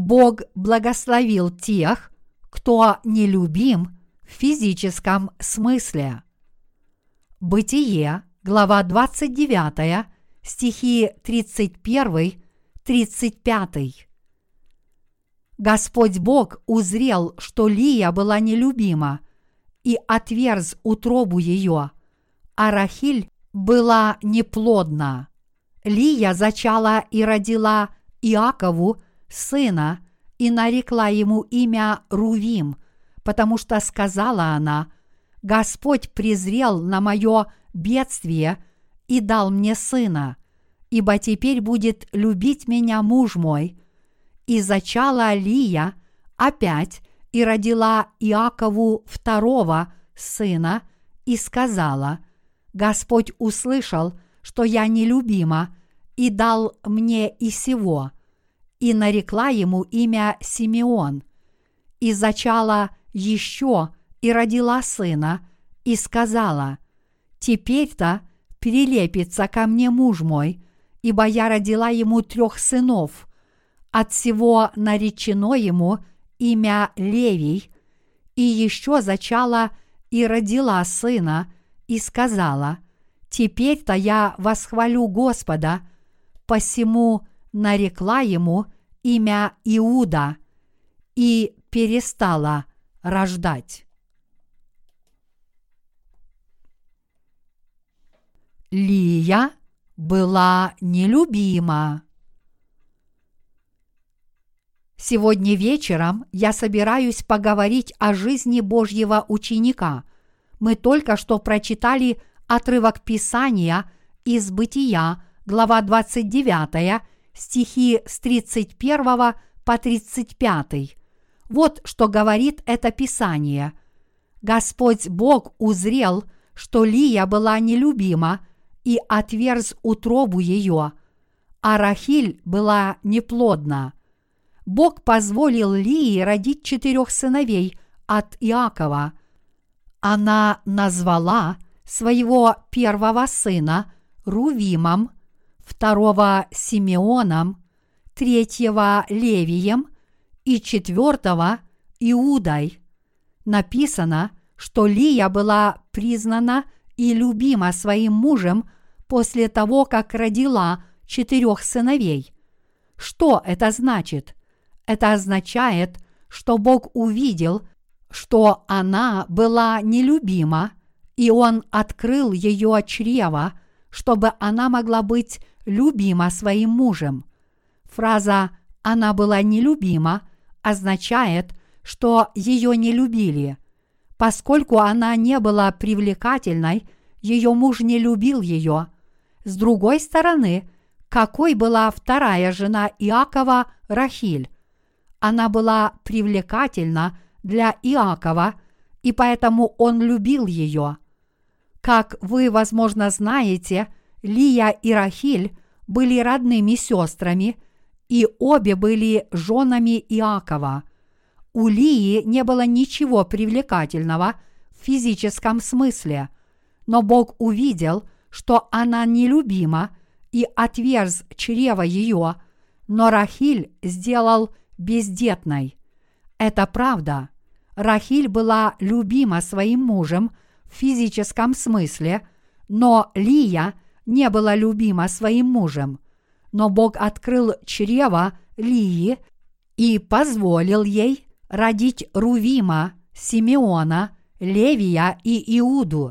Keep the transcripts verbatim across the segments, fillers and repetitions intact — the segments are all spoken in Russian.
Бог благословил тех, кто нелюбим в физическом смысле. Бытие, глава двадцать девять, стихи тридцать один - тридцать пять. Господь Бог узрел, что Лия была нелюбима, и отверз утробу ее, а Рахиль была неплодна. Лия зачала и родила Иакову сына и нарекла ему имя Рувим, потому что сказала она: «Господь презрел на мое бедствие и дал мне сына, ибо теперь будет любить меня муж мой». И зачала Лия опять и родила Иакову второго сына и сказала: «Господь услышал, что я нелюбима, и дал мне и сего», и нарекла ему имя Симеон. И зачала еще и родила сына, и сказала: «Теперь-то прилепится ко мне муж мой, ибо я родила ему трех сынов. От всего наречено ему имя Левий». И еще зачала и родила сына, и сказала: «Теперь-то я восхвалю Господа», посему нарекла ему имя Иуда, и перестала рождать. Лия была нелюбима. Сегодня вечером я собираюсь поговорить о жизни Божьего ученика. Мы только что прочитали отрывок Писания из Бытия, глава двадцать девять, стихи с тридцать первого по тридцать пятый. Вот что говорит это Писание. «Господь Бог узрел, что Лия была нелюбима, и отверз утробу ее, а Рахиль была неплодна. Бог позволил Лии родить четырех сыновей от Иакова. Она назвала своего первого сына Рувимом, второго Симеоном, третьего Левием и четвертого Иудой. Написано, что Лия была признана и любима своим мужем после того, как родила четырех сыновей. Что это значит? Это означает, что Бог увидел, что она была нелюбима, и Он открыл ее чрево, чтобы она могла быть любима своим мужем. Фраза «она была нелюбима» означает, что ее не любили. Поскольку она не была привлекательной, ее муж не любил ее. С другой стороны, какой была вторая жена Иакова Рахиль? Она была привлекательна для Иакова, и поэтому он любил ее. Как вы, возможно, знаете, Лия и Рахиль были родными сестрами, и обе были женами Иакова. У Лии не было ничего привлекательного в физическом смысле, но Бог увидел, что она нелюбима, и отверз чрево ее, но Рахиль сделал бездетной. Это правда. Рахиль была любима своим мужем в физическом смысле, но Лия не была любима своим мужем. Но Бог открыл чрево Лии и позволил ей родить Рувима, Симеона, Левия и Иуду.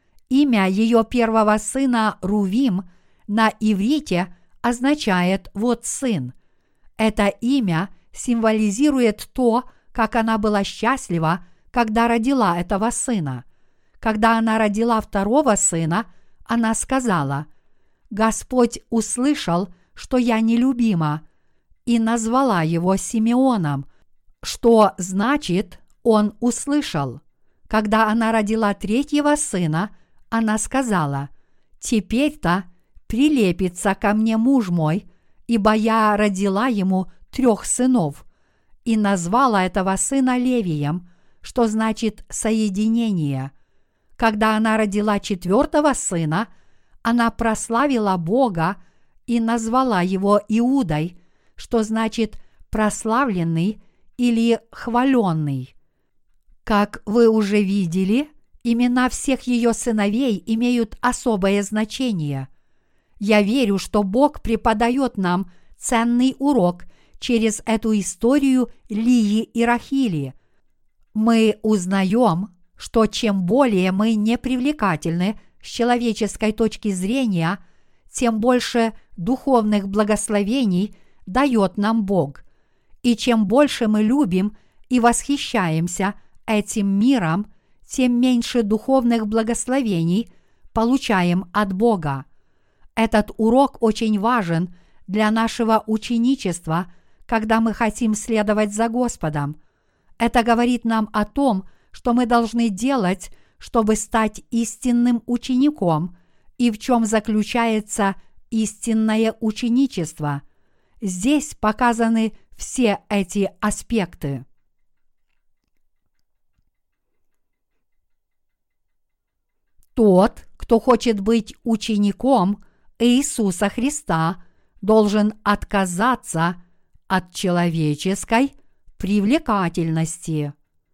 Имя ее первого сына Рувим на иврите означает «вот сын». Это имя символизирует то, как она была счастлива, когда родила этого сына. Когда она родила второго сына, она сказала: «Господь услышал, что я нелюбима», и назвала его Симеоном, что значит «он услышал». Когда она родила третьего сына, она сказала: «Теперь-то прилепится ко мне муж мой, ибо я родила ему трех сынов», и назвала этого сына Левием, что значит «соединение». Когда она родила четвертого сына, она прославила Бога и назвала его Иудой, что значит прославленный или хваленный. Как вы уже видели, имена всех ее сыновей имеют особое значение. Я верю, что Бог преподает нам ценный урок через эту историю Лии и Рахили. Мы узнаем, что чем более мы непривлекательны с человеческой точки зрения, тем больше духовных благословений дает нам Бог. И чем больше мы любим и восхищаемся этим миром, тем меньше духовных благословений получаем от Бога. Этот урок очень важен для нашего ученичества, когда мы хотим следовать за Господом. Это говорит нам о том, что мы должны делать, чтобы стать истинным учеником, и в чем заключается истинное ученичество. Здесь показаны все эти аспекты. Тот, кто хочет быть учеником Иисуса Христа, должен отказаться от человеческой привлекательности.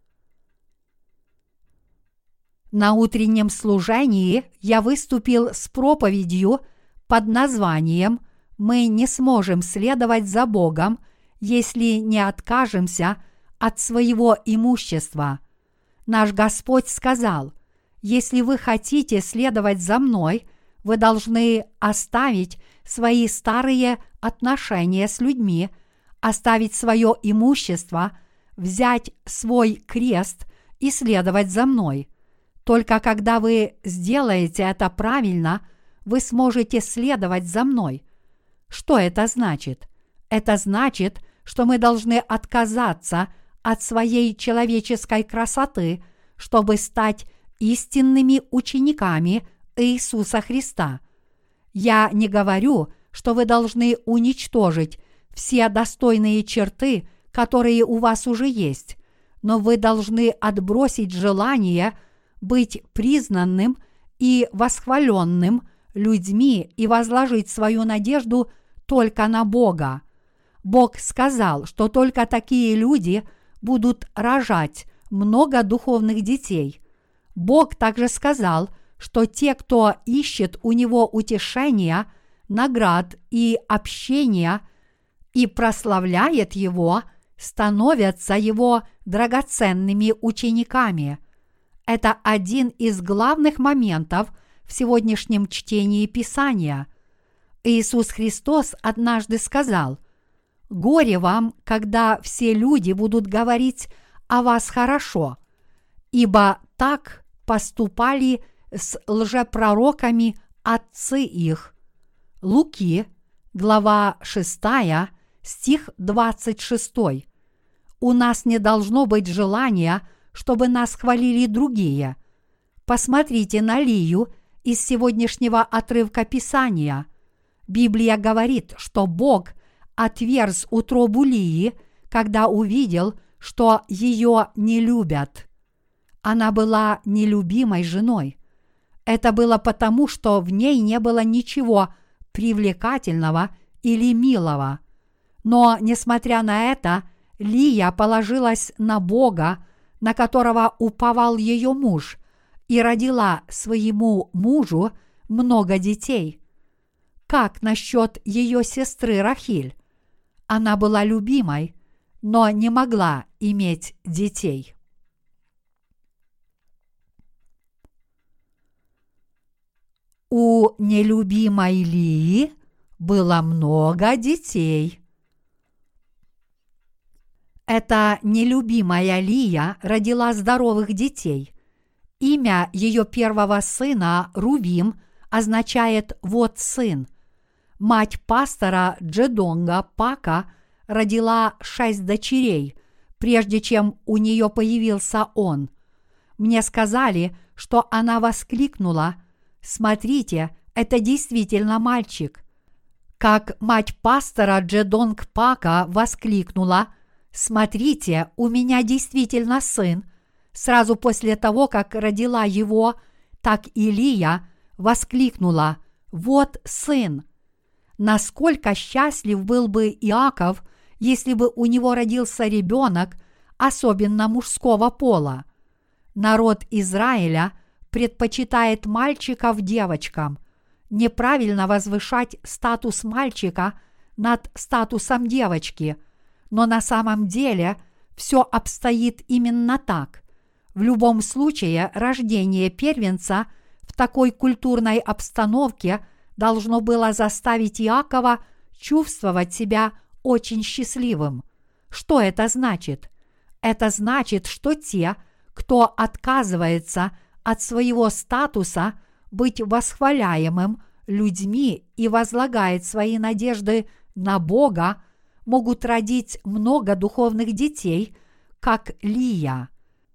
На утреннем служении я выступил с проповедью под названием «Мы не сможем следовать за Богом, если не откажемся от своего имущества». Наш Господь сказал: «Если вы хотите следовать за мной, вы должны оставить свои старые отношения с людьми, оставить свое имущество, взять свой крест и следовать за мной. Только когда вы сделаете это правильно, вы сможете следовать за мной». Что это значит? Это значит, что мы должны отказаться от своей человеческой красоты, чтобы стать истинными учениками Иисуса Христа. Я не говорю, что вы должны уничтожить все достойные черты, которые у вас уже есть, но вы должны отбросить желание быть признанным и восхваленным людьми и возложить свою надежду только на Бога. Бог сказал, что только такие люди будут рожать много духовных детей. Бог также сказал, что те, кто ищет у Него утешения, наград и общения и прославляет Его, становятся Его драгоценными учениками. Это один из главных моментов в сегодняшнем чтении Писания. Иисус Христос однажды сказал: «Горе вам, когда все люди будут говорить о вас хорошо, ибо так поступали с лжепророками отцы их». Луки, глава шестая, стих двадцать шестой. У нас не должно быть желания, чтобы нас хвалили другие. Посмотрите на Лию из сегодняшнего отрывка Писания. Библия говорит, что Бог отверз утробу Лии, когда увидел, что ее не любят. Она была нелюбимой женой. Это было потому, что в ней не было ничего привлекательного или милого. Но, несмотря на это, Лия положилась на Бога, на которого уповал ее муж, и родила своему мужу много детей. Как насчет ее сестры Рахиль? Она была любимой, но не могла иметь детей. У нелюбимой Лии было много детей. Эта нелюбимая Лия родила здоровых детей. Имя ее первого сына Рувим означает «вот сын». Мать пастора Джедонга Пака родила шесть дочерей, прежде чем у нее появился он. Мне сказали, что она воскликнула: «Смотрите, это действительно мальчик». Как мать пастора Джедонг Пака воскликнула: «Смотрите, у меня действительно сын», сразу после того, как родила его, так и Лия воскликнула: «Вот сын». Насколько счастлив был бы Иаков, если бы у него родился ребенок, особенно мужского пола. Народ Израиля предпочитает мальчиков девочкам. Неправильно возвышать статус мальчика над статусом девочки, но на самом деле все обстоит именно так. В любом случае, рождение первенца в такой культурной обстановке должно было заставить Иакова чувствовать себя очень счастливым. Что это значит? Это значит, что те, кто отказывается от своего статуса быть восхваляемым людьми и возлагает свои надежды на Бога, могут родить много духовных детей, как Лия.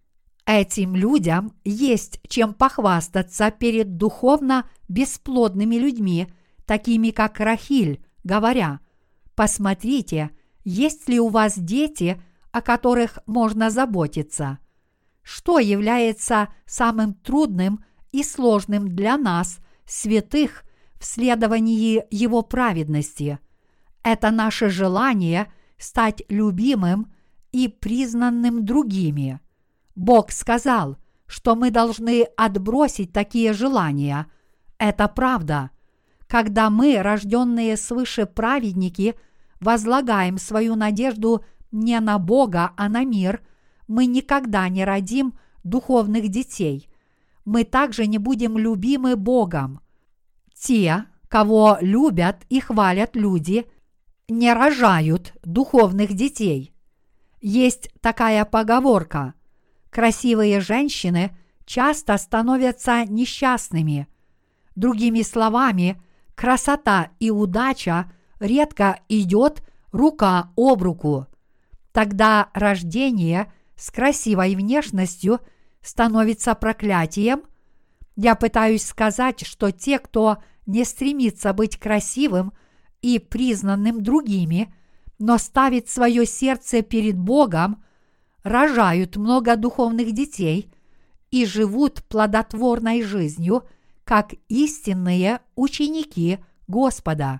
Этим людям есть чем похвастаться перед духовно бесплодными людьми, такими как Рахиль, говоря: «Посмотрите, есть ли у вас дети, о которых можно заботиться». Что является самым трудным и сложным для нас, святых, в следовании Его праведности? Это наше желание стать любимым и признанным другими. Бог сказал, что мы должны отбросить такие желания. Это правда. Когда мы, рожденные свыше праведники, возлагаем свою надежду не на Бога, а на мир, мы никогда не родим духовных детей. Мы также не будем любимы Богом. Те, кого любят и хвалят люди, не рожают духовных детей. Есть такая поговорка: красивые женщины часто становятся несчастными. Другими словами, красота и удача редко идет рука об руку. Тогда рождение с красивой внешностью становится проклятием. Я пытаюсь сказать, что те, кто не стремится быть красивым и признанным другими, но ставит свое сердце перед Богом, рожают много духовных детей и живут плодотворной жизнью, как истинные ученики Господа.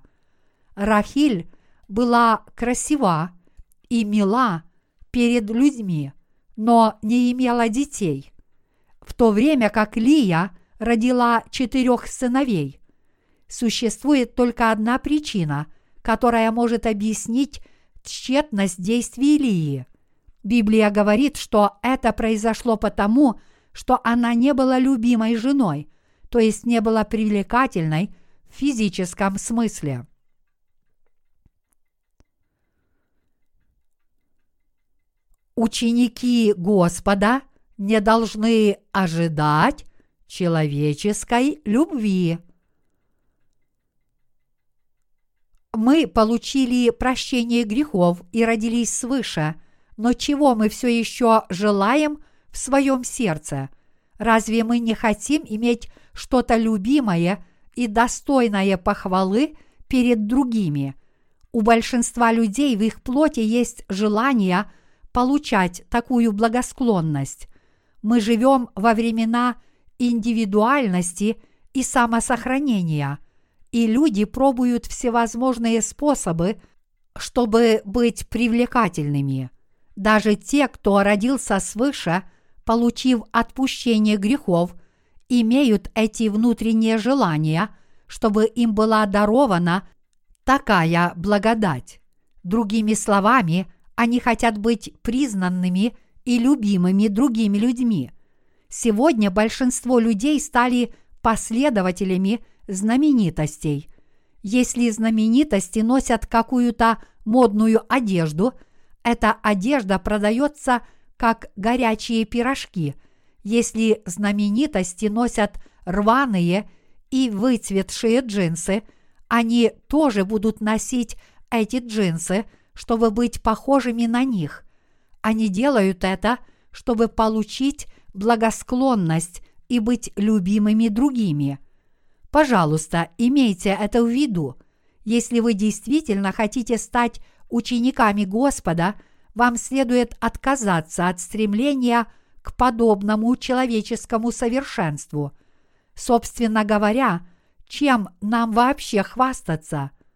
Рахиль была красива и мила перед людьми, но не имела детей, в то время как Лия родила четырех сыновей. Существует только одна причина, которая может объяснить тщетность действий Лии. Библия говорит, что это произошло потому, что она не была любимой женой, то есть не была привлекательной в физическом смысле. Ученики Господа не должны ожидать человеческой любви. Мы получили прощение грехов и родились свыше, но чего мы все еще желаем в своем сердце? Разве мы не хотим иметь что-то любимое и достойное похвалы перед другими? У большинства людей в их плоти есть желание получать такую благосклонность. Мы живем во времена индивидуальности и самосохранения, и люди пробуют всевозможные способы, чтобы быть привлекательными. Даже те, кто родился свыше, получив отпущение грехов, имеют эти внутренние желания, чтобы им была дарована такая благодать. Другими словами, они хотят быть признанными и любимыми другими людьми. Сегодня большинство людей стали последователями знаменитостей. Если знаменитости носят какую-то модную одежду, эта одежда продается как горячие пирожки. Если знаменитости носят рваные и выцветшие джинсы, они тоже будут носить эти джинсы, чтобы быть похожими на них. Они делают это, чтобы получить благосклонность и быть любимыми другими. Пожалуйста, имейте это в виду. Если вы действительно хотите стать учениками Господа, вам следует отказаться от стремления к подобному человеческому совершенству. Собственно говоря, чем нам вообще хвастаться?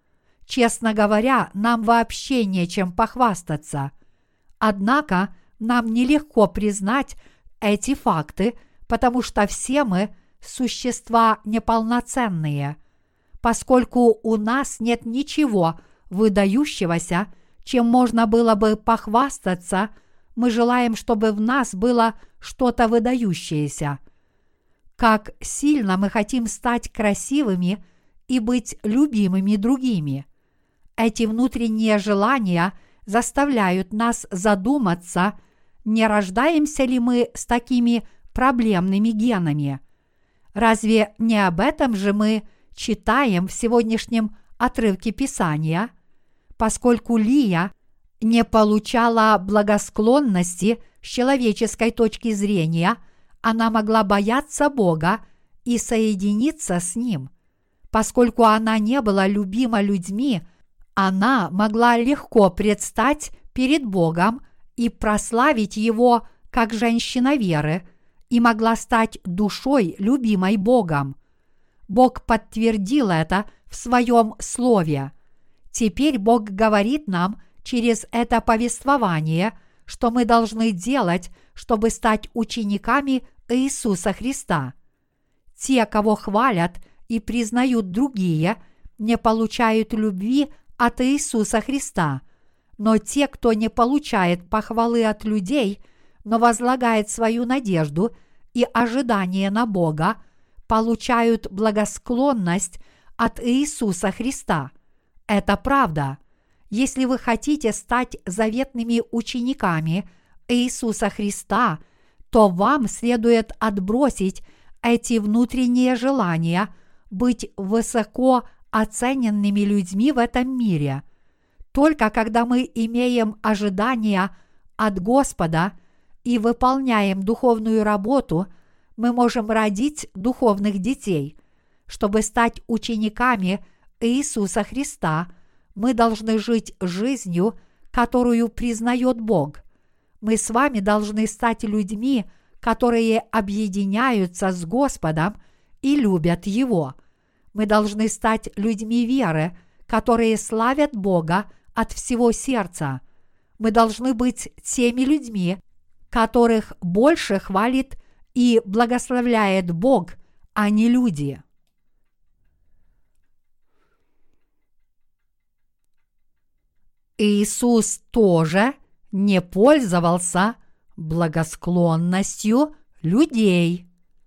Честно говоря, нам вообще нечем похвастаться. Однако нам нелегко признать эти факты, потому что все мы существа неполноценные. Поскольку у нас нет ничего выдающегося, чем можно было бы похвастаться, мы желаем, чтобы в нас было что-то выдающееся. Как сильно мы хотим стать красивыми и быть любимыми другими. Эти внутренние желания заставляют нас задуматься, не рождаемся ли мы с такими проблемными генами. Разве не об этом же мы читаем в сегодняшнем отрывке Писания? Поскольку Лия не получала благосклонности с человеческой точки зрения, она могла бояться Бога и соединиться с Ним. Поскольку она не была любима людьми, она могла легко предстать перед Богом и прославить Его как женщина веры, и могла стать душой, любимой Богом. Бог подтвердил это в Своем Слове. Теперь Бог говорит нам через это повествование, что мы должны делать, чтобы стать учениками Иисуса Христа. Те, кого хвалят и признают другие, не получают любви от Иисуса Христа, но те, кто не получает похвалы от людей, но возлагает свою надежду и ожидание на Бога, получают благосклонность от Иисуса Христа. Это правда. Если вы хотите стать заветными учениками Иисуса Христа, то вам следует отбросить эти внутренние желания быть высоко оцененными людьми в этом мире. Только когда мы имеем ожидания от Господа и выполняем духовную работу, мы можем родить духовных детей. Чтобы стать учениками Иисуса Христа, мы должны жить жизнью, которую признает Бог. Мы с вами должны стать людьми, которые объединяются с Господом и любят Его. Мы должны стать людьми веры, которые славят Бога от всего сердца. Мы должны быть теми людьми, которых больше хвалит и благословляет Бог, а не люди. Иисус тоже не пользовался благосклонностью людей.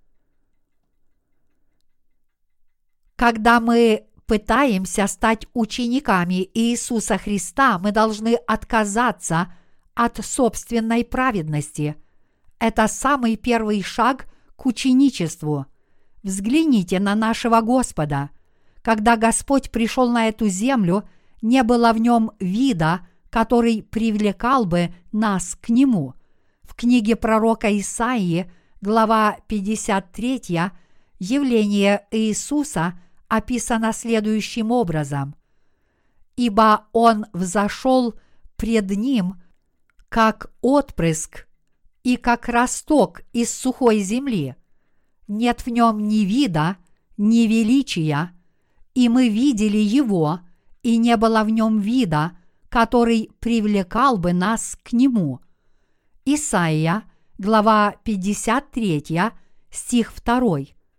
Когда мы пытаемся стать учениками Иисуса Христа, мы должны отказаться от собственной праведности. Это самый первый шаг к ученичеству. Взгляните на нашего Господа. Когда Господь пришел на эту землю, не было в нем вида, который привлекал бы нас к Нему. В книге пророка Исаии, глава пятьдесят три, явление Иисуса описано следующим образом. «Ибо Он взошел пред Ним, как отпрыск и как росток из сухой земли. Нет в нем ни вида, ни величия, и мы видели Его, и не было в нем вида, который привлекал бы нас к Нему». Исайя, глава пятьдесят три, стих два.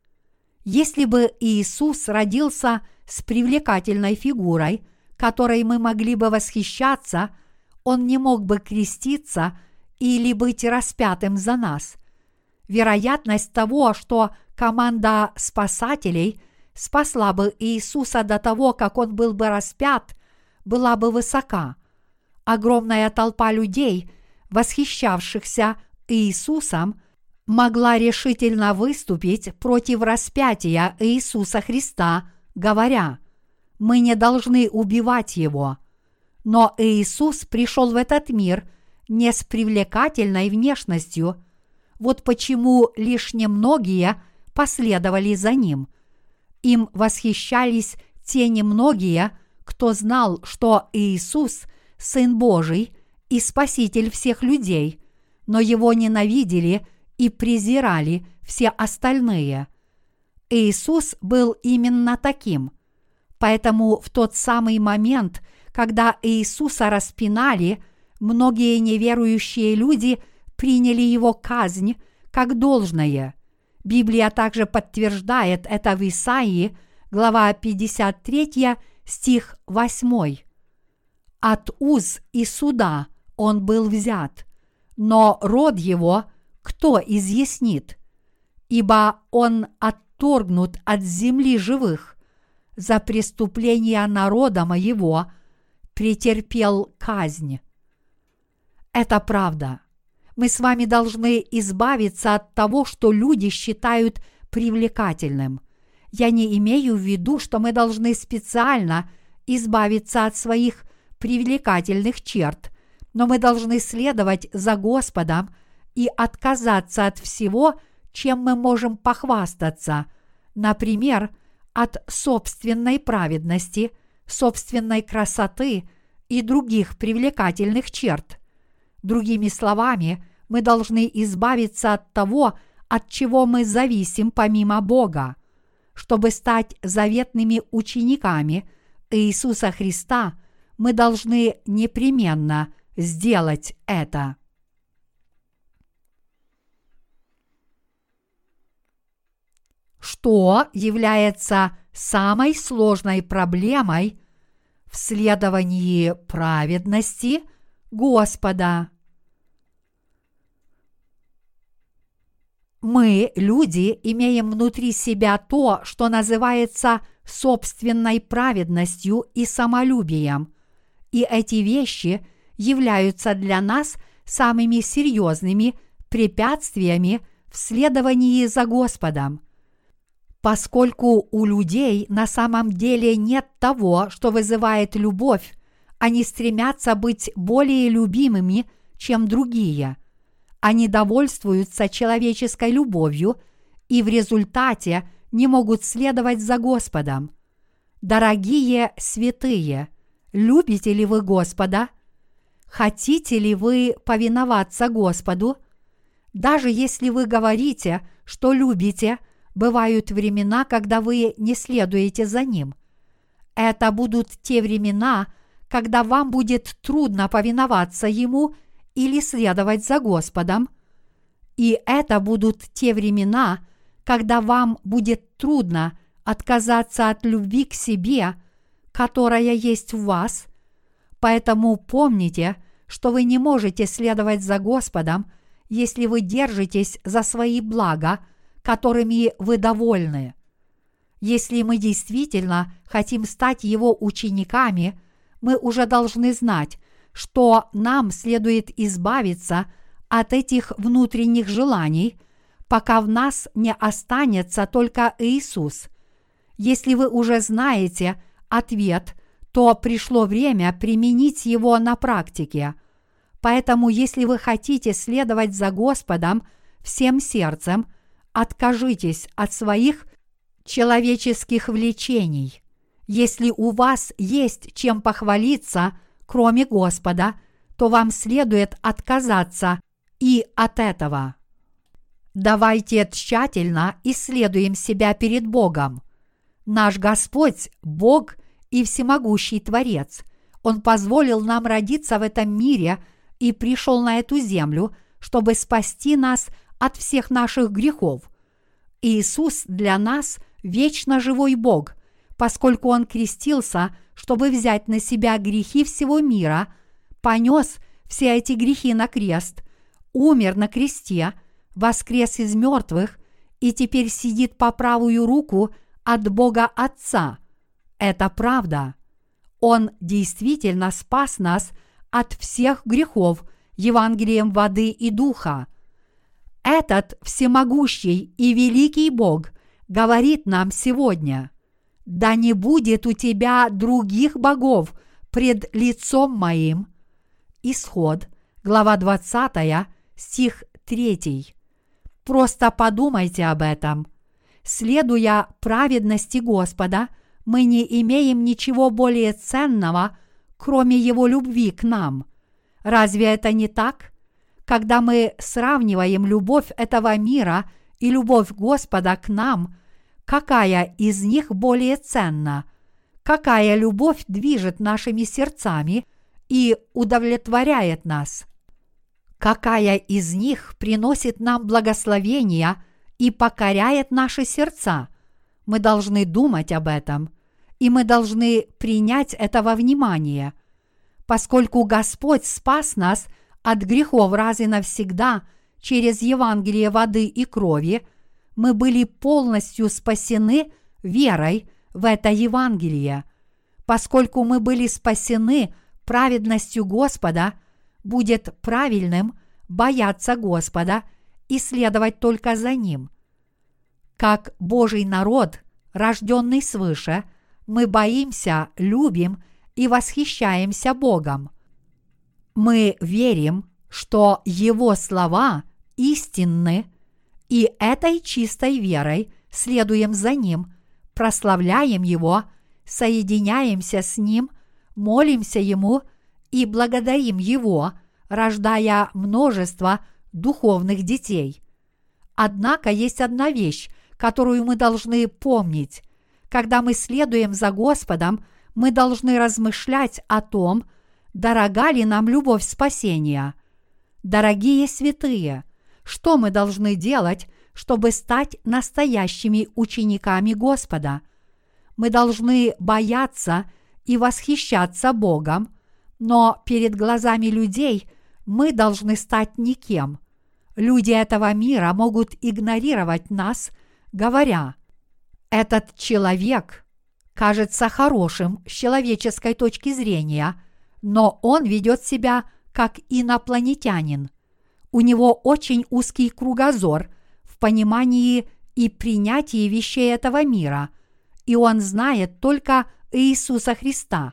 Если бы Иисус родился с привлекательной фигурой, которой мы могли бы восхищаться, Он не мог бы креститься или быть распятым за нас. Вероятность того, что команда спасателей спасла бы Иисуса до того, как Он был бы распят, была бы высока. Огромная толпа людей, восхищавшихся Иисусом, могла решительно выступить против распятия Иисуса Христа, говоря: «Мы не должны убивать Его». Но Иисус пришел в этот мир не с привлекательной внешностью. Вот почему лишь немногие последовали за Ним. Им восхищались те немногие, кто знал, что Иисус – Сын Божий и Спаситель всех людей, но Его ненавидели и презирали все остальные. Иисус был именно таким. Поэтому в тот самый момент, когда Иисуса распинали, многие неверующие люди приняли его казнь как должное. Библия также подтверждает это в Исаии, глава пятьдесят три, стих восемь. «От уз и суда он был взят, но род его кто изъяснит? Ибо он отторгнут от земли живых, за преступления народа моего претерпел казнь». Это правда. Мы с вами должны избавиться от того, что люди считают привлекательным. Я не имею в виду, что мы должны специально избавиться от своих привлекательных черт, но мы должны следовать за Господом и отказаться от всего, чем мы можем похвастаться, например, от собственной праведности, собственной красоты и других привлекательных черт. Другими словами, мы должны избавиться от того, от чего мы зависим помимо Бога. Чтобы стать заветными учениками Иисуса Христа, мы должны непременно сделать это. Что является самой сложной проблемой в следовании праведности Господа? Мы, люди, имеем внутри себя то, что называется собственной праведностью и самолюбием, и эти вещи являются для нас самыми серьезными препятствиями в следовании за Господом. Поскольку у людей на самом деле нет того, что вызывает любовь, они стремятся быть более любимыми, чем другие. Они довольствуются человеческой любовью и в результате не могут следовать за Господом. Дорогие святые, любите ли вы Господа? Хотите ли вы повиноваться Господу? Даже если вы говорите, что любите, бывают времена, когда вы не следуете за Ним. Это будут те времена, когда вам будет трудно повиноваться Ему или следовать за Господом. И это будут те времена, когда вам будет трудно отказаться от любви к себе, которая есть в вас. Поэтому помните, что вы не можете следовать за Господом, если вы держитесь за свои блага, которыми вы довольны. Если мы действительно хотим стать Его учениками, мы уже должны знать, что нам следует избавиться от этих внутренних желаний, пока в нас не останется только Иисус. Если вы уже знаете ответ, то пришло время применить его на практике. Поэтому, если вы хотите следовать за Господом всем сердцем, откажитесь от своих человеческих влечений. Если у вас есть чем похвалиться, кроме Господа, то вам следует отказаться и от этого. Давайте тщательно исследуем себя перед Богом. Наш Господь – Бог и всемогущий Творец. Он позволил нам родиться в этом мире и пришел на эту землю, чтобы спасти нас от всех наших грехов. Иисус для нас вечно живой Бог, поскольку Он крестился, чтобы взять на себя грехи всего мира, понес все эти грехи на крест, умер на кресте, воскрес из мертвых и теперь сидит по правую руку от Бога Отца. Это правда. Он действительно спас нас от всех грехов Евангелием воды и духа. Этот всемогущий и великий Бог говорит нам сегодня: «Да не будет у тебя других богов пред лицом моим». Исход, глава двадцатая, стих третий. Просто подумайте об этом. Следуя праведности Господа, мы не имеем ничего более ценного, кроме Его любви к нам. Разве это не так? Когда мы сравниваем любовь этого мира и любовь Господа к нам, какая из них более ценна? Какая любовь движет нашими сердцами и удовлетворяет нас? Какая из них приносит нам благословения и покоряет наши сердца? Мы должны думать об этом, и мы должны принять это во внимание. Поскольку Господь спас нас от грехов раз и навсегда через Евангелие воды и крови, мы были полностью спасены верой в это Евангелие. Поскольку мы были спасены праведностью Господа, будет правильным бояться Господа и следовать только за Ним. Как Божий народ, рожденный свыше, мы боимся, любим и восхищаемся Богом. Мы верим, что Его слова истинны, и этой чистой верой следуем за Ним, прославляем Его, соединяемся с Ним, молимся Ему и благодарим Его, рождая множество духовных детей. Однако есть одна вещь, которую мы должны помнить. Когда мы следуем за Господом, мы должны размышлять о том, дорога ли нам любовь спасения. Дорогие святые, что мы должны делать, чтобы стать настоящими учениками Господа? Мы должны бояться и восхищаться Богом, но перед глазами людей мы должны стать никем. Люди этого мира могут игнорировать нас, говоря: «Этот человек кажется хорошим с человеческой точки зрения, но он ведет себя как инопланетянин. У него очень узкий кругозор в понимании и принятии вещей этого мира, и он знает только Иисуса Христа.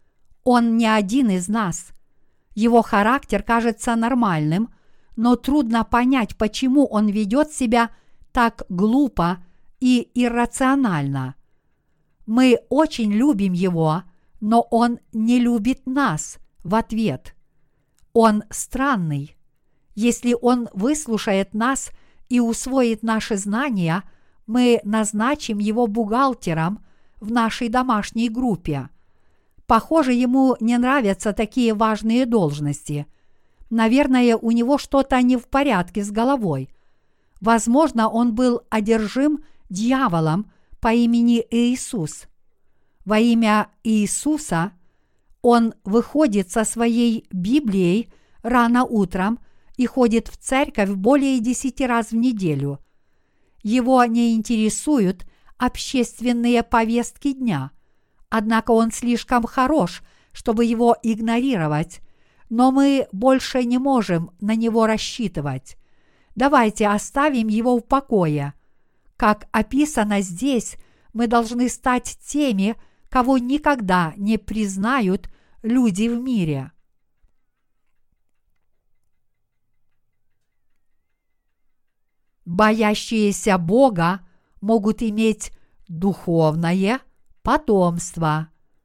Он не один из нас. Его характер кажется нормальным, но трудно понять, почему он ведет себя так глупо и иррационально. Мы очень любим его, но он не любит нас в ответ. Он странный. Если он выслушает нас и усвоит наши знания, мы назначим его бухгалтером в нашей домашней группе. Похоже, ему не нравятся такие важные должности. Наверное, у него что-то не в порядке с головой. Возможно, он был одержим дьяволом по имени Иисус. Во имя Иисуса он выходит со своей Библией рано утром и ходит в церковь более десяти раз в неделю. Его не интересуют общественные повестки дня, однако он слишком хорош, чтобы его игнорировать, но мы больше не можем на него рассчитывать. Давайте оставим его в покое. Как описано здесь, мы должны стать теми, кого никогда не признают люди в мире. Боящиеся Бога могут иметь духовное потомство.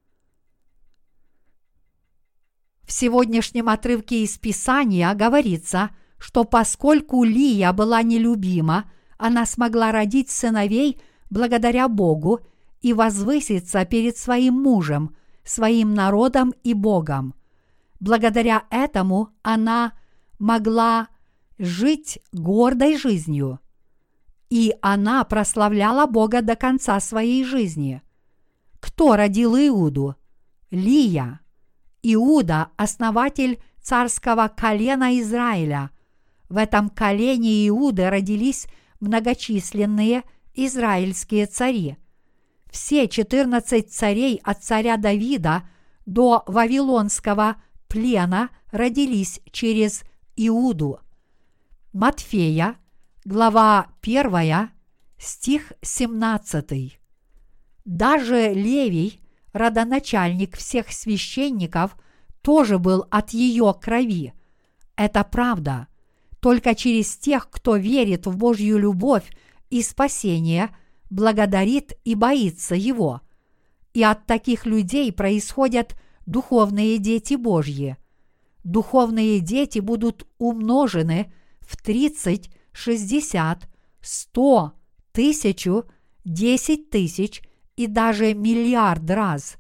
В сегодняшнем отрывке из Писания говорится, что поскольку Лия была нелюбима, она смогла родить сыновей благодаря Богу и возвыситься перед своим мужем, своим народом и Богом. Благодаря этому она могла жить гордой жизнью, и она прославляла Бога до конца своей жизни. Кто родил Иуду? Лия. Иуда – основатель царского колена Израиля. В этом колене Иуды родились многочисленные израильские цари. Все четырнадцать царей от царя Давида до вавилонского плена родились через Иуду. Матфея, глава первая, стих семнадцатый. Даже Левий, родоначальник всех священников, тоже был от ее крови. Это правда. Только через тех, кто верит в Божью любовь и спасение, благодарит и боится Его. И от таких людей происходят духовные дети Божьи. Духовные дети будут умножены в тридцать, шестьдесят, сто, тысячу, десять тысяч и даже миллиард раз.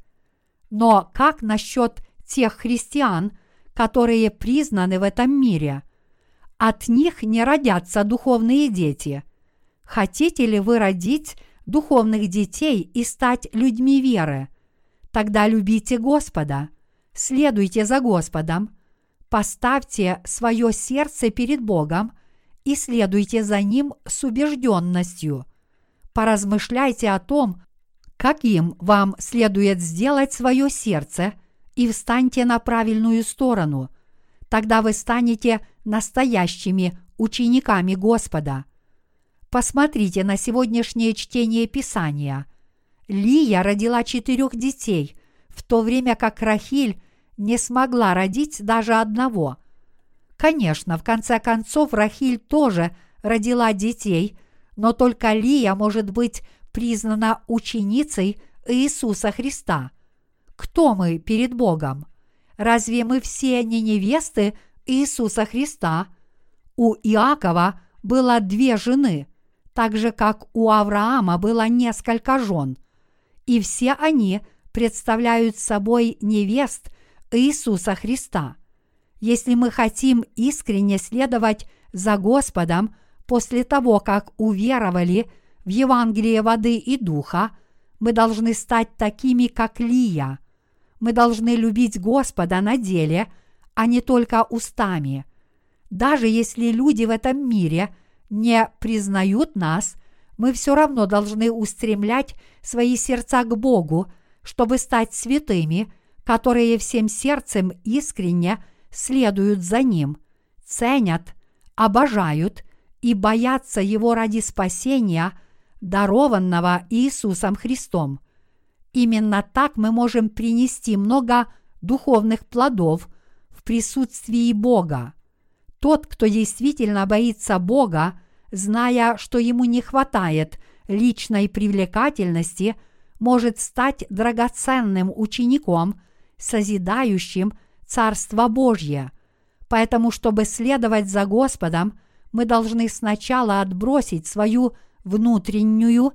Но как насчет тех христиан, которые признаны в этом мире? От них не родятся духовные дети. Хотите ли вы родить духовных детей и стать людьми веры? Тогда любите Господа, следуйте за Господом, поставьте свое сердце перед Богом и следуйте за Ним с убежденностью. Поразмышляйте о том, каким вам следует сделать свое сердце, и встаньте на правильную сторону. Тогда вы станете настоящими учениками Господа. Посмотрите на сегодняшнее чтение Писания. Лия родила четырех детей, в то время как Рахиль не смогла родить даже одного. Конечно, в конце концов Рахиль тоже родила детей, но только Лия может быть признана ученицей Иисуса Христа. Кто мы перед Богом? Разве мы все не невесты Иисуса Христа? У Иакова было две жены, так же, как у Авраама было несколько жен, и все они представляют собой невест Иисуса Христа. Если мы хотим искренне следовать за Господом после того, как уверовали в Евангелие воды и духа, мы должны стать такими, как Лия. Мы должны любить Господа на деле, а не только устами. Даже если люди в этом мире не признают нас, мы все равно должны устремлять свои сердца к Богу, чтобы стать святыми, которые всем сердцем искренне следуют за Ним, ценят, обожают и боятся Его ради спасения, дарованного Иисусом Христом. Именно так мы можем принести много духовных плодов в присутствии Бога. Тот, кто действительно боится Бога, зная, что ему не хватает личной привлекательности, может стать драгоценным учеником, созидающим Царство Божье. Поэтому, чтобы следовать за Господом, мы должны сначала отбросить свою внутреннюю,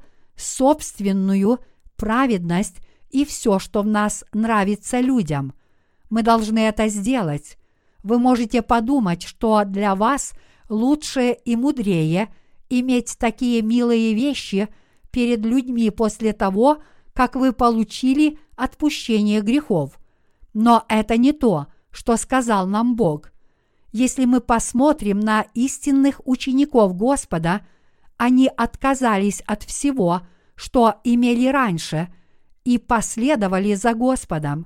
собственную праведность и все, что в нас нравится людям. Мы должны это сделать. Вы можете подумать, что для вас лучше и мудрее иметь такие милые вещи перед людьми после того, как вы получили отпущение грехов. Но это не то, что сказал нам Бог. Если мы посмотрим на истинных учеников Господа, они отказались от всего, что имели раньше, и последовали за Господом.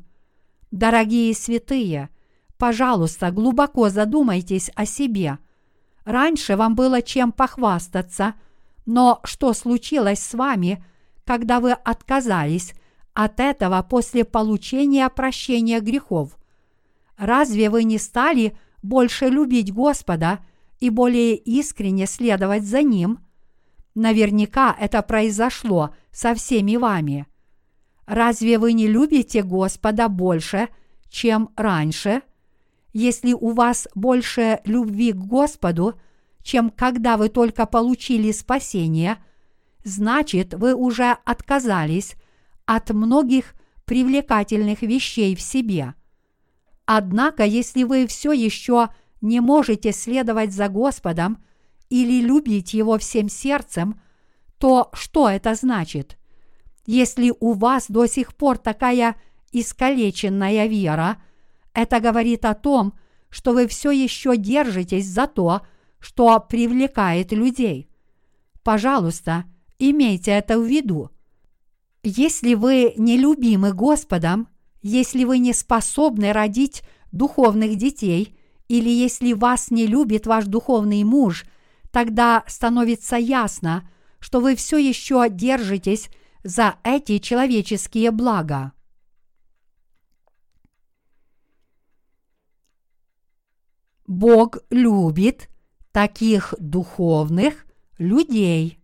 Дорогие святые, пожалуйста, глубоко задумайтесь о себе. Раньше вам было чем похвастаться, но что случилось с вами, когда вы отказались от этого после получения прощения грехов? Разве вы не стали больше любить Господа и более искренне следовать за Ним? Наверняка это произошло со всеми вами. Разве вы не любите Господа больше, чем раньше? Если у вас больше любви к Господу, чем когда вы только получили спасение, значит, вы уже отказались от многих привлекательных вещей в себе. Однако, если вы все еще не можете следовать за Господом или любить Его всем сердцем, то что это значит? Если у вас до сих пор такая искалеченная вера, это говорит о том, что вы все еще держитесь за то, что привлекает людей. Пожалуйста, имейте это в виду. Если вы не любимы Господом, если вы не способны родить духовных детей, или если вас не любит ваш духовный муж, тогда становится ясно, что вы все еще держитесь за эти человеческие блага. Бог любит таких духовных людей.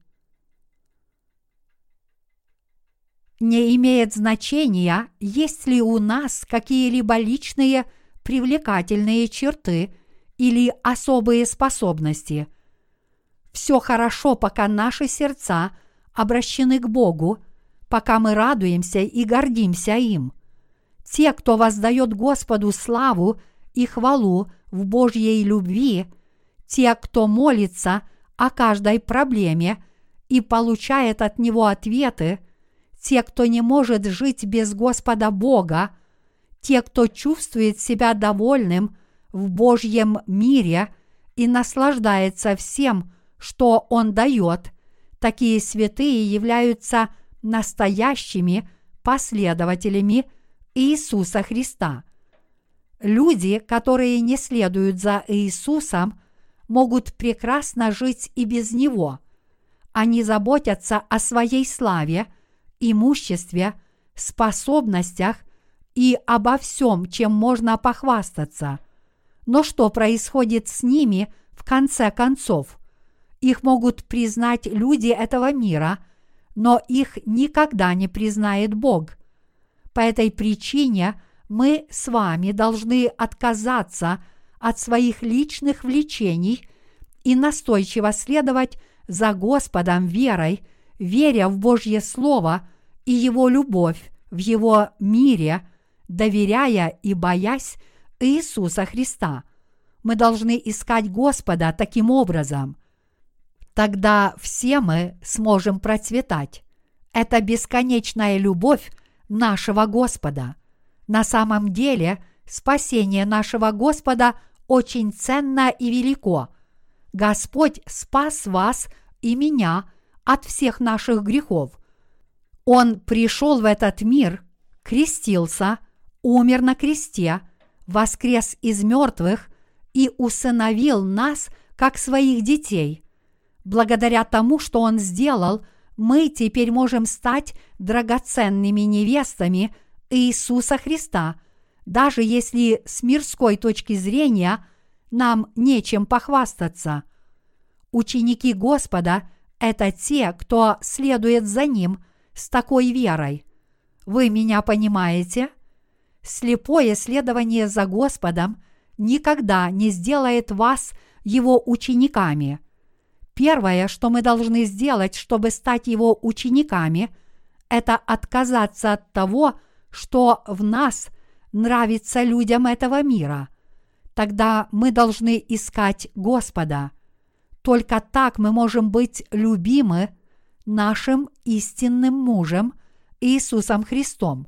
Не имеет значения, есть ли у нас какие-либо личные привлекательные черты или особые способности. Все хорошо, пока наши сердца обращены к Богу, пока мы радуемся и гордимся им. Те, кто воздает Господу славу и хвалу в Божьей любви, те, кто молится о каждой проблеме и получает от Него ответы, те, кто не может жить без Господа Бога, те, кто чувствует себя довольным в Божьем мире и наслаждается всем, что Он дает, такие святые являются настоящими последователями Иисуса Христа. Люди, которые не следуют за Иисусом, могут прекрасно жить и без Него. Они заботятся о своей славе, имуществе, способностях и обо всем, чем можно похвастаться. Но что происходит с ними в конце концов? Их могут признать люди этого мира, но их никогда не признает Бог. По этой причине мы с вами должны отказаться от своих личных влечений и настойчиво следовать за Господом верой, веря в Божье Слово и Его любовь в Его мире, доверяя и боясь Иисуса Христа. Мы должны искать Господа таким образом. Тогда все мы сможем процветать. Это бесконечная любовь нашего Господа. На самом деле, спасение нашего Господа очень ценно и велико. Господь спас вас и меня от всех наших грехов. Он пришел в этот мир, крестился, умер на кресте, воскрес из мертвых и усыновил нас, как своих детей. Благодаря тому, что Он сделал, мы теперь можем стать драгоценными невестами Иисуса Христа, даже если с мирской точки зрения нам нечем похвастаться. Ученики Господа – это те, кто следует за Ним с такой верой. Вы меня понимаете? Слепое следование за Господом никогда не сделает вас Его учениками. Первое, что мы должны сделать, чтобы стать Его учениками, это отказаться от того, что в нас нравится людям этого мира. Тогда мы должны искать Господа. Только так мы можем быть любимы нашим истинным мужем Иисусом Христом.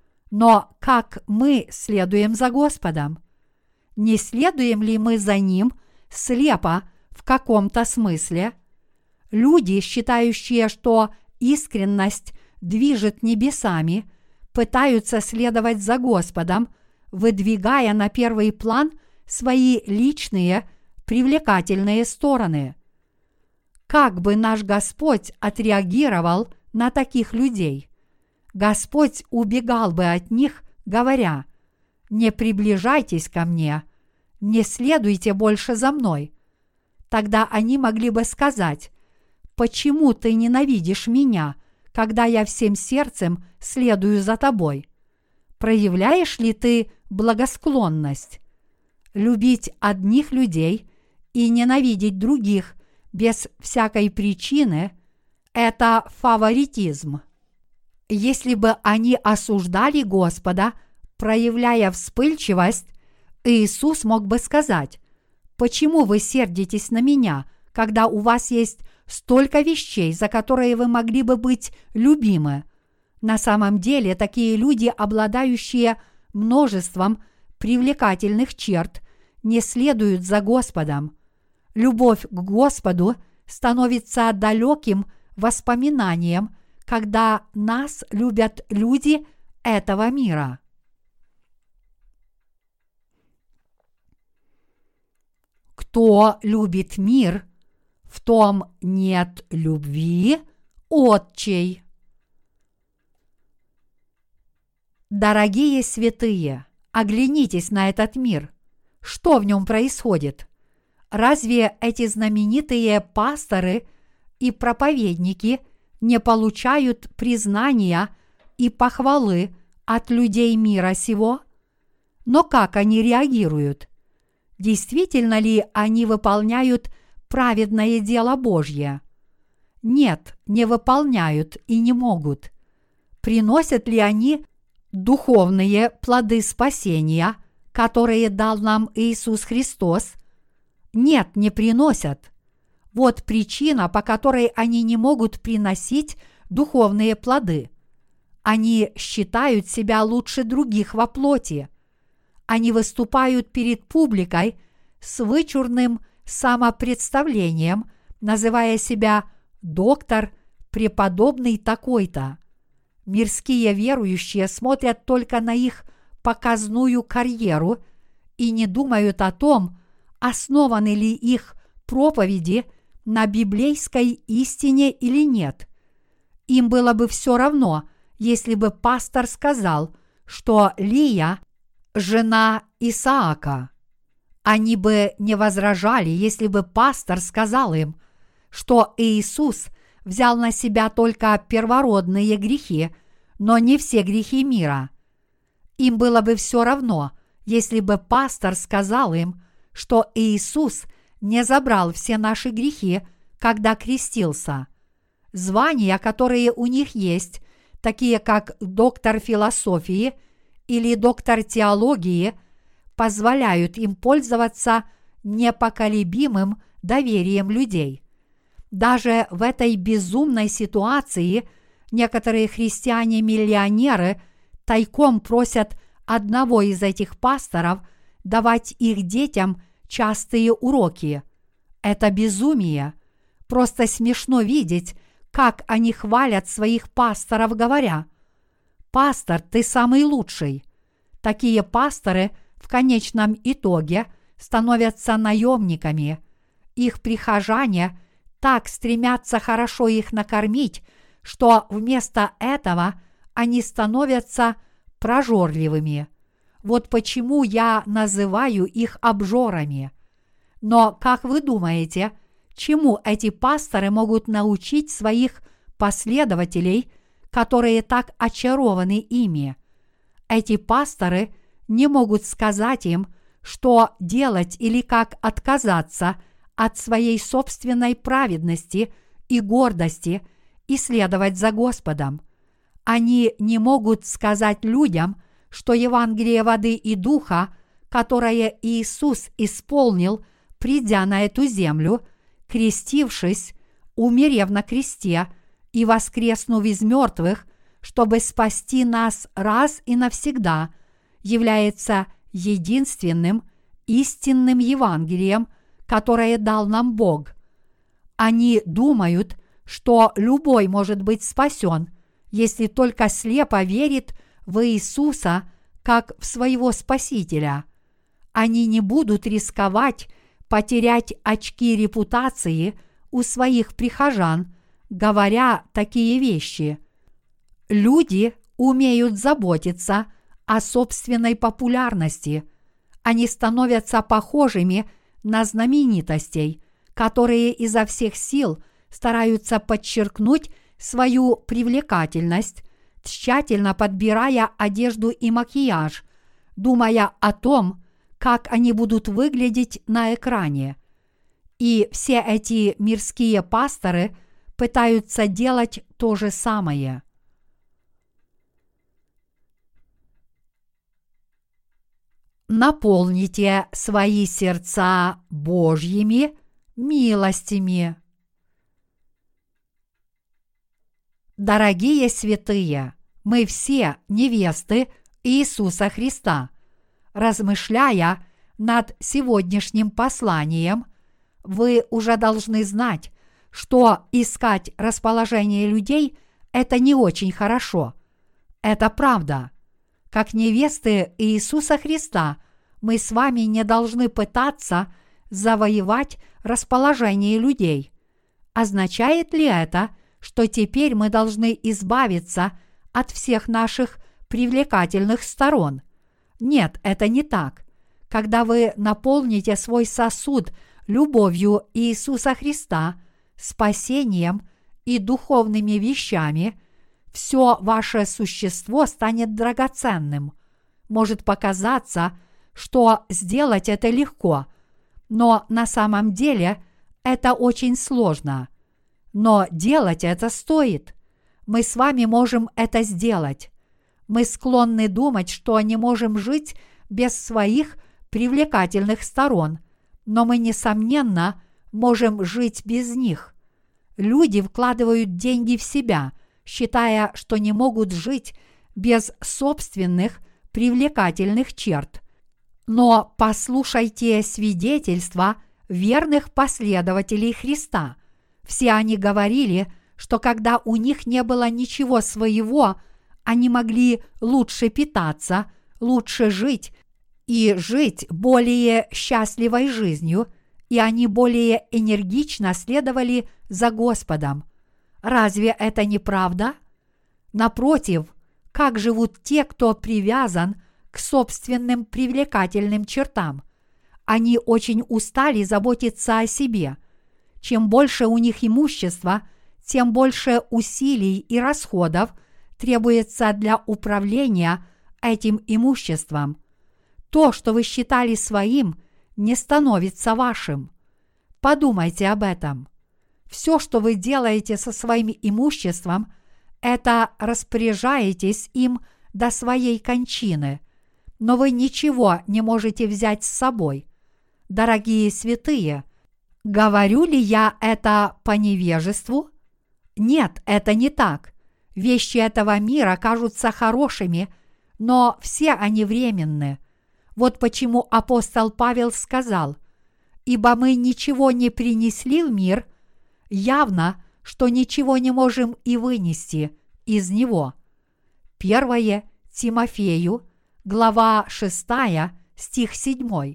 Но как мы следуем за Господом? Не следуем ли мы за Ним слепо в каком-то смысле? Люди, считающие, что искренность движет небесами, пытаются следовать за Господом, выдвигая на первый план свои личные привлекательные стороны. Как бы наш Господь отреагировал на таких людей? Господь убегал бы от них, говоря: «Не приближайтесь ко мне, не следуйте больше за мной». Тогда они могли бы сказать: «Почему ты ненавидишь меня, когда я всем сердцем следую за тобой? Проявляешь ли ты благосклонность?» Любить одних людей и ненавидеть других без всякой причины – это фаворитизм. Если бы они осуждали Господа, проявляя вспыльчивость, Иисус мог бы сказать: «Почему вы сердитесь на меня, когда у вас есть столько вещей, за которые вы могли бы быть любимы?» На самом деле, такие люди, обладающие множеством привлекательных черт, не следуют за Господом. Любовь к Господу становится далеким воспоминанием, когда нас любят люди этого мира. Кто любит мир, в том нет любви Отчей. Дорогие святые, оглянитесь на этот мир. Что в нем происходит? Разве эти знаменитые пасторы и проповедники не получают признания и похвалы от людей мира сего? Но как они реагируют? Действительно ли они выполняют праведное дело Божье? Нет, не выполняют и не могут. приносят ли они духовные плоды спасения, которые дал нам Иисус Христос? Нет, не приносят. Вот причина, по которой они не могут приносить духовные плоды. Они считают себя лучше других во плоти. Они выступают перед публикой с вычурным самопредставлением, называя себя доктор, преподобный такой-то. Мирские верующие смотрят только на их показную карьеру и не думают о том, основаны ли их проповеди на библейской истине или нет. Им было бы все равно, если бы пастор сказал, что Лия – жена Исаака. Они бы не возражали, если бы пастор сказал им, что Иисус взял на себя только первородные грехи, но не все грехи мира. Им было бы все равно, если бы пастор сказал им, что Иисус не забрал все наши грехи, когда крестился. Звания, которые у них есть, такие как доктор философии или доктор теологии, позволяют им пользоваться непоколебимым доверием людей. Даже в этой безумной ситуации некоторые христиане-миллионеры тайком просят одного из этих пасторов давать их детям частые уроки. Это безумие. Просто смешно видеть, как они хвалят своих пасторов, говоря: «Пастор, ты самый лучший». Такие пасторы в конечном итоге становятся наемниками. Их прихожане так стремятся хорошо их накормить, что вместо этого они становятся прожорливыми. Вот почему я называю их обжорами. Но, как вы думаете, чему эти пасторы могут научить своих последователей, которые так очарованы ими? Эти пасторы не могут сказать им, что делать или как отказаться от своей собственной праведности и гордости и следовать за Господом. Они не могут сказать людям, что Евангелие воды и духа, которое Иисус исполнил, придя на эту землю, крестившись, умерев на кресте и воскреснув из мертвых, чтобы спасти нас раз и навсегда, является единственным истинным Евангелием, которое дал нам Бог. Они думают, что любой может быть спасен, если только слепо верит в Иисуса как в своего Спасителя. Они не будут рисковать потерять очки репутации у своих прихожан, говоря такие вещи. Люди умеют заботиться о собственной популярности. Они становятся похожими на знаменитостей, которые изо всех сил стараются подчеркнуть свою привлекательность, тщательно подбирая одежду и макияж, думая о том, как они будут выглядеть на экране. И все эти мирские пасторы пытаются делать то же самое. Наполните свои сердца Божьими милостями. Дорогие святые, мы все невесты Иисуса Христа. Размышляя над сегодняшним посланием, вы уже должны знать, что искать расположение людей – это не очень хорошо. Это правда. Как невесты Иисуса Христа, мы с вами не должны пытаться завоевать расположение людей. Означает ли это, что теперь мы должны избавиться от всех наших привлекательных сторон? Нет, это не так. Когда вы наполните свой сосуд любовью Иисуса Христа, спасением и духовными вещами, все ваше существо станет драгоценным. Может показаться, что сделать это легко, но на самом деле это очень сложно. Но делать это стоит. мы с вами можем это сделать. Мы склонны думать, что не можем жить без своих привлекательных сторон, но мы, несомненно, можем жить без них. Люди вкладывают деньги в себя, считая, что не могут жить без собственных привлекательных черт. Но послушайте свидетельства верных последователей Христа. Все они говорили, что когда у них не было ничего своего, они могли лучше питаться, лучше жить и жить более счастливой жизнью, и они более энергично следовали за Господом. Разве это не правда? Напротив, как живут те, кто привязан к собственным привлекательным чертам? Они очень устали заботиться о себе. Чем больше у них имущества, тем больше усилий и расходов требуется для управления этим имуществом. То, что вы считали своим, не становится вашим. Подумайте об этом. Все, что вы делаете со своим имуществом, это распоряжаетесь им до своей кончины, но вы ничего не можете взять с собой. Дорогие святые, говорю ли я это по невежеству? Нет, это не так. Вещи этого мира кажутся хорошими, но все они временны. Вот почему апостол Павел сказал: «Ибо мы ничего не принесли в мир, явно, что ничего не можем и вынести из него». Первое Тимофею, глава шестая, стих седьмой.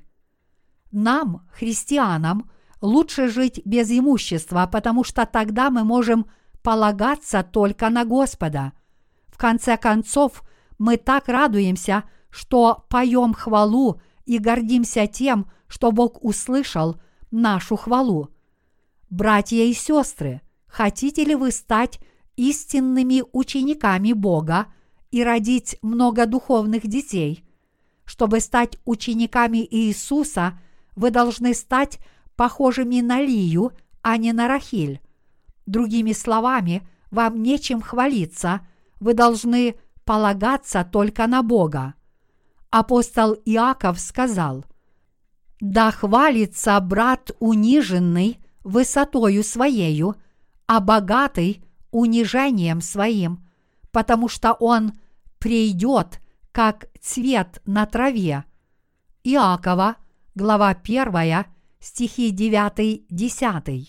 Нам, христианам, лучше жить без имущества, потому что тогда мы можем полагаться только на Господа. В конце концов, мы так радуемся, что поем хвалу и гордимся тем, что Бог услышал нашу хвалу. Братья и сестры, хотите ли вы стать истинными учениками Бога и родить много духовных детей? Чтобы стать учениками Иисуса, вы должны стать похожими на Лию, а не на Рахиль. Другими словами, вам нечем хвалиться, вы должны полагаться только на Бога. Апостол Иаков сказал: «Да хвалится брат униженный высотою своею, а богатый унижением своим, потому что он придет, как цвет на траве». Иакова, глава первая, стихи девятый-десятый.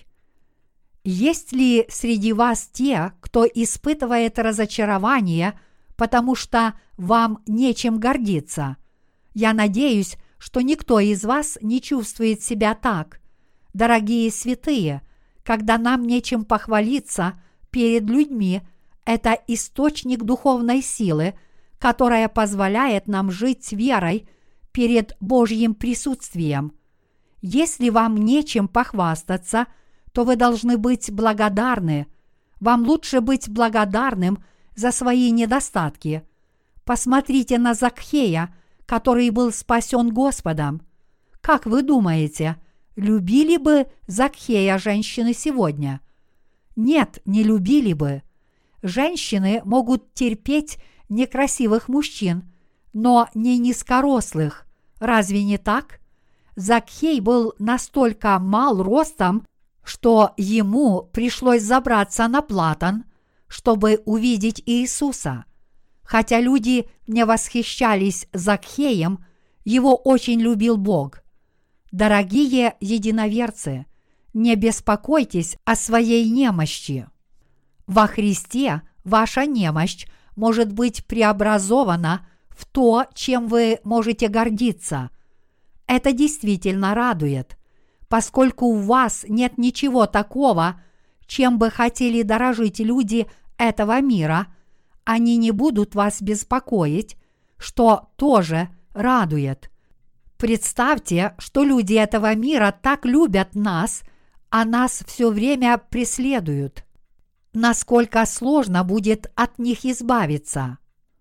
Есть ли среди вас те, кто испытывает разочарование, потому что вам нечем гордиться? Я надеюсь, что никто из вас не чувствует себя так. Дорогие святые, когда нам нечем похвалиться перед людьми, это источник духовной силы, которая позволяет нам жить верой перед Божьим присутствием. Если вам нечем похвастаться, то вы должны быть благодарны. Вам лучше быть благодарным за свои недостатки. Посмотрите на Закхея, который был спасен Господом. Как вы думаете, любили бы Закхея женщины сегодня? Нет, не любили бы. Женщины могут терпеть некрасивых мужчин, но не низкорослых. Разве не так? Закхей был настолько мал ростом, что ему пришлось забраться на платан, чтобы увидеть Иисуса. Хотя люди не восхищались Закхеем, его очень любил Бог. Дорогие единоверцы, не беспокойтесь о своей немощи. Во Христе ваша немощь может быть преобразована в то, чем вы можете гордиться. Это действительно радует. Поскольку у вас нет ничего такого, чем бы хотели дорожить люди этого мира, они не будут вас беспокоить, что тоже радует. Представьте, что люди этого мира так любят нас, а нас все время преследуют. Насколько сложно будет от них избавиться.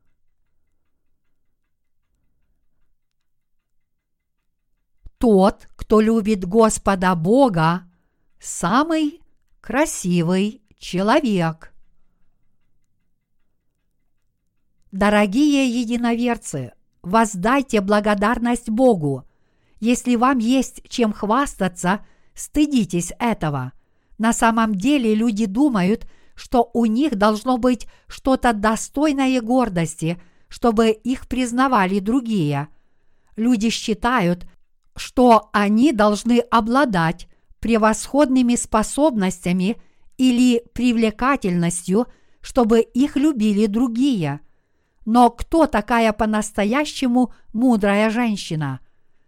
Тот, кто любит Господа Бога, самый красивый человек. Дорогие единоверцы, воздайте благодарность Богу. Если вам есть чем хвастаться, стыдитесь этого. На самом деле люди думают, что у них должно быть что-то достойное гордости, чтобы их признавали другие. Люди считают, что они должны обладать превосходными способностями или привлекательностью, чтобы их любили другие. Но кто такая по-настоящему мудрая женщина?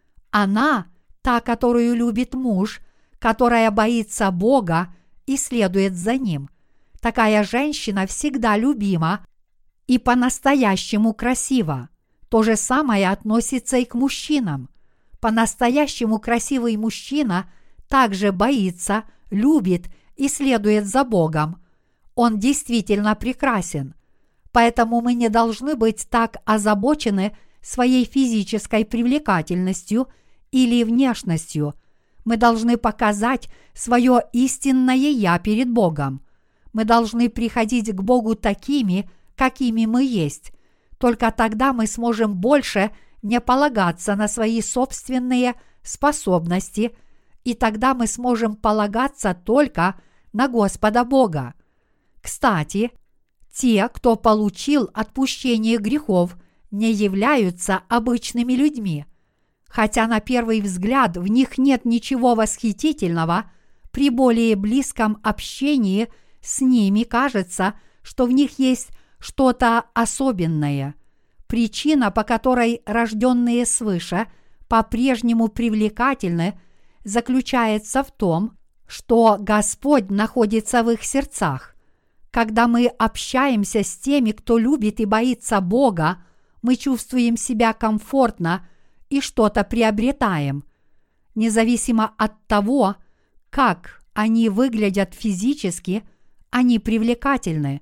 Она та, которую любит муж, которая боится Бога и следует за Ним. Такая женщина всегда любима и по-настоящему красива. То же самое относится и к мужчинам. По-настоящему красивый мужчина также боится, любит и следует за Богом. Он действительно прекрасен. Поэтому мы не должны быть так озабочены своей физической привлекательностью или внешностью. Мы должны показать свое истинное «Я» перед Богом. Мы должны приходить к Богу такими, какими мы есть. Только тогда мы сможем больше не полагаться на свои собственные способности, и тогда мы сможем полагаться только на Господа Бога. Кстати, те, кто получил отпущение грехов, не являются обычными людьми. Хотя на первый взгляд в них нет ничего восхитительного, при более близком общении с ними кажется, что в них есть что-то особенное. Причина, по которой рожденные свыше по-прежнему привлекательны, заключается в том, что Господь находится в их сердцах. Когда мы общаемся с теми, кто любит и боится Бога, мы чувствуем себя комфортно и что-то приобретаем. Независимо от того, как они выглядят физически, они привлекательны.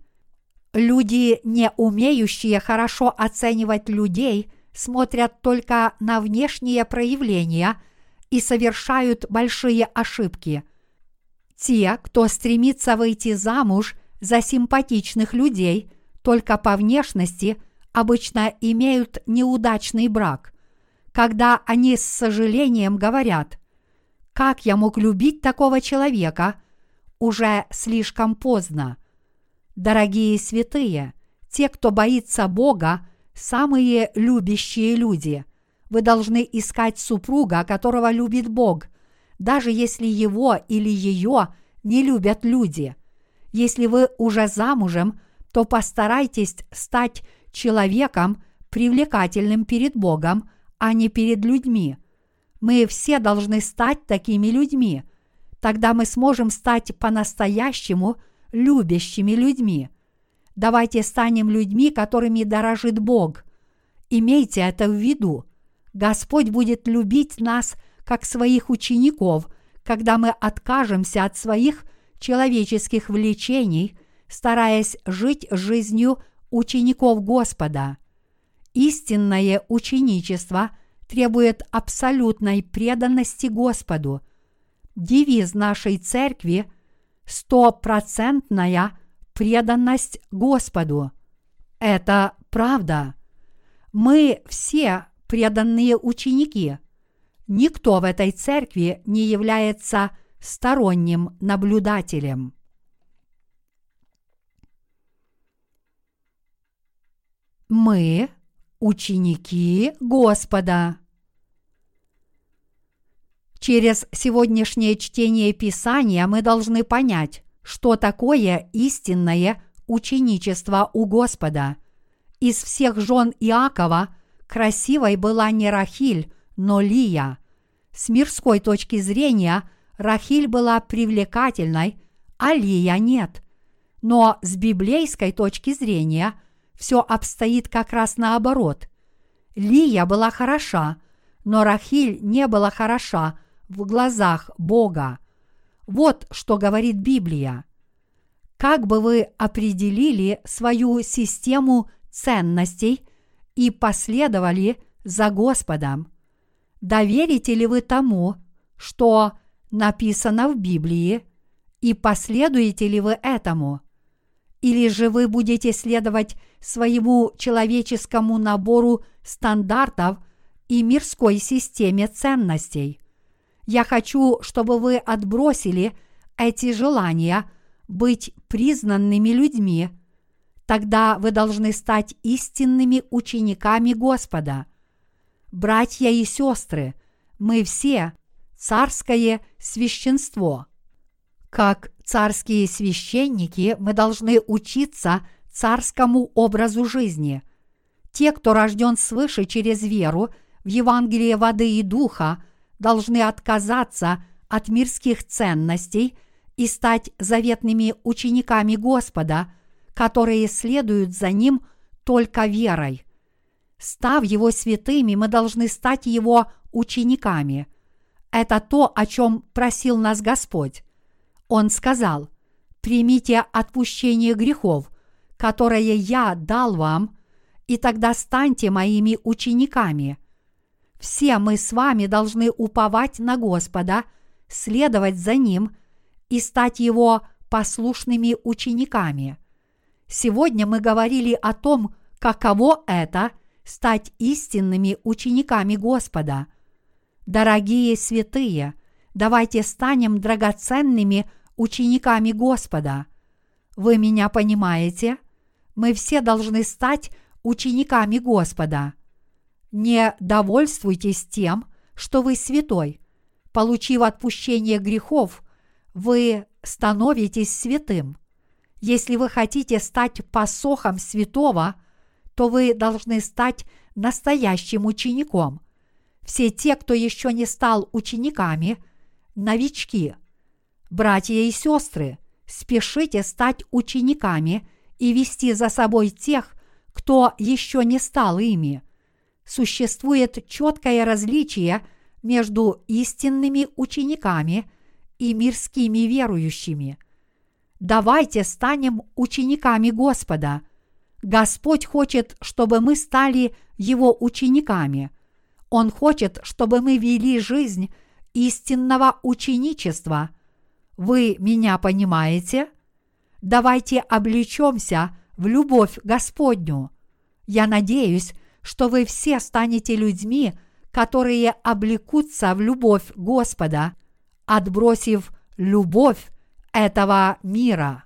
Люди, не умеющие хорошо оценивать людей, смотрят только на внешние проявления и совершают большие ошибки. Те, кто стремится выйти замуж за симпатичных людей только по внешности, обычно имеют неудачный брак. Когда они с сожалением говорят: «Как я мог любить такого человека?» уже слишком поздно. Дорогие святые, те, кто боится Бога, самые любящие люди. Вы должны искать супруга, которого любит Бог, даже если его или ее не любят люди. Если вы уже замужем, то постарайтесь стать человеком, привлекательным перед Богом, а не перед людьми. Мы все должны стать такими людьми. Тогда мы сможем стать по-настоящему любящими людьми. Давайте станем людьми, которыми дорожит Бог. Имейте это в виду. Господь будет любить нас как своих учеников, когда мы откажемся от своих человеческих влечений, стараясь жить жизнью учеников Господа. Истинное ученичество требует абсолютной преданности Господу. Девиз нашей церкви – стопроцентная преданность Господу. Это правда. Мы все преданные ученики. Никто в этой церкви не является сторонним наблюдателем. Мы – ученики Господа. Через сегодняшнее чтение Писания мы должны понять, что такое истинное ученичество у Господа. Из всех жен Иакова красивой была не Рахиль, но Лия. С мирской точки зрения Рахиль была привлекательной, а Лия нет. Но с библейской точки зрения все обстоит как раз наоборот. Лия была хороша, но Рахиль не была хороша в глазах Бога. Вот что говорит Библия. Как бы вы определили свою систему ценностей и последовали за Господом? Доверите ли вы тому, что написано в Библии, и последуете ли вы этому? Или же вы будете следовать своему человеческому набору стандартов и мирской системе ценностей? Я хочу, чтобы вы отбросили эти желания быть признанными людьми. Тогда вы должны стать истинными учениками Господа. Братья и сестры, мы все царское священство. Как царские священники мы должны учиться царскому образу жизни. Те, кто рожден свыше через веру в Евангелие воды и духа, должны отказаться от мирских ценностей и стать заветными учениками Господа, которые следуют за Ним только верой. Став Его святыми, мы должны стать Его учениками. Это то, о чем просил нас Господь. Он сказал: «Примите отпущение грехов, которое Я дал вам, и тогда станьте моими учениками». Все мы с вами должны уповать на Господа, следовать за Ним и стать Его послушными учениками. Сегодня мы говорили о том, каково это – стать истинными учениками Господа. Дорогие святые, давайте станем драгоценными учениками Господа. Вы меня понимаете? Мы все должны стать учениками Господа. Не довольствуйтесь тем, что вы святой. Получив отпущение грехов, вы становитесь святым. Если вы хотите стать посохом святого, то вы должны стать настоящим учеником. Все те, кто еще не стал учениками, новички. Братья и сестры, спешите стать учениками и вести за собой тех, кто еще не стал ими. Существует четкое различие между истинными учениками и мирскими верующими. Давайте станем учениками Господа. Господь хочет, чтобы мы стали Его учениками. Он хочет, чтобы мы вели жизнь истинного ученичества. Вы меня понимаете? Давайте облечемся в любовь Господню. Я надеюсь, что вы все станете людьми, которые облекутся в любовь Господа, отбросив любовь этого мира.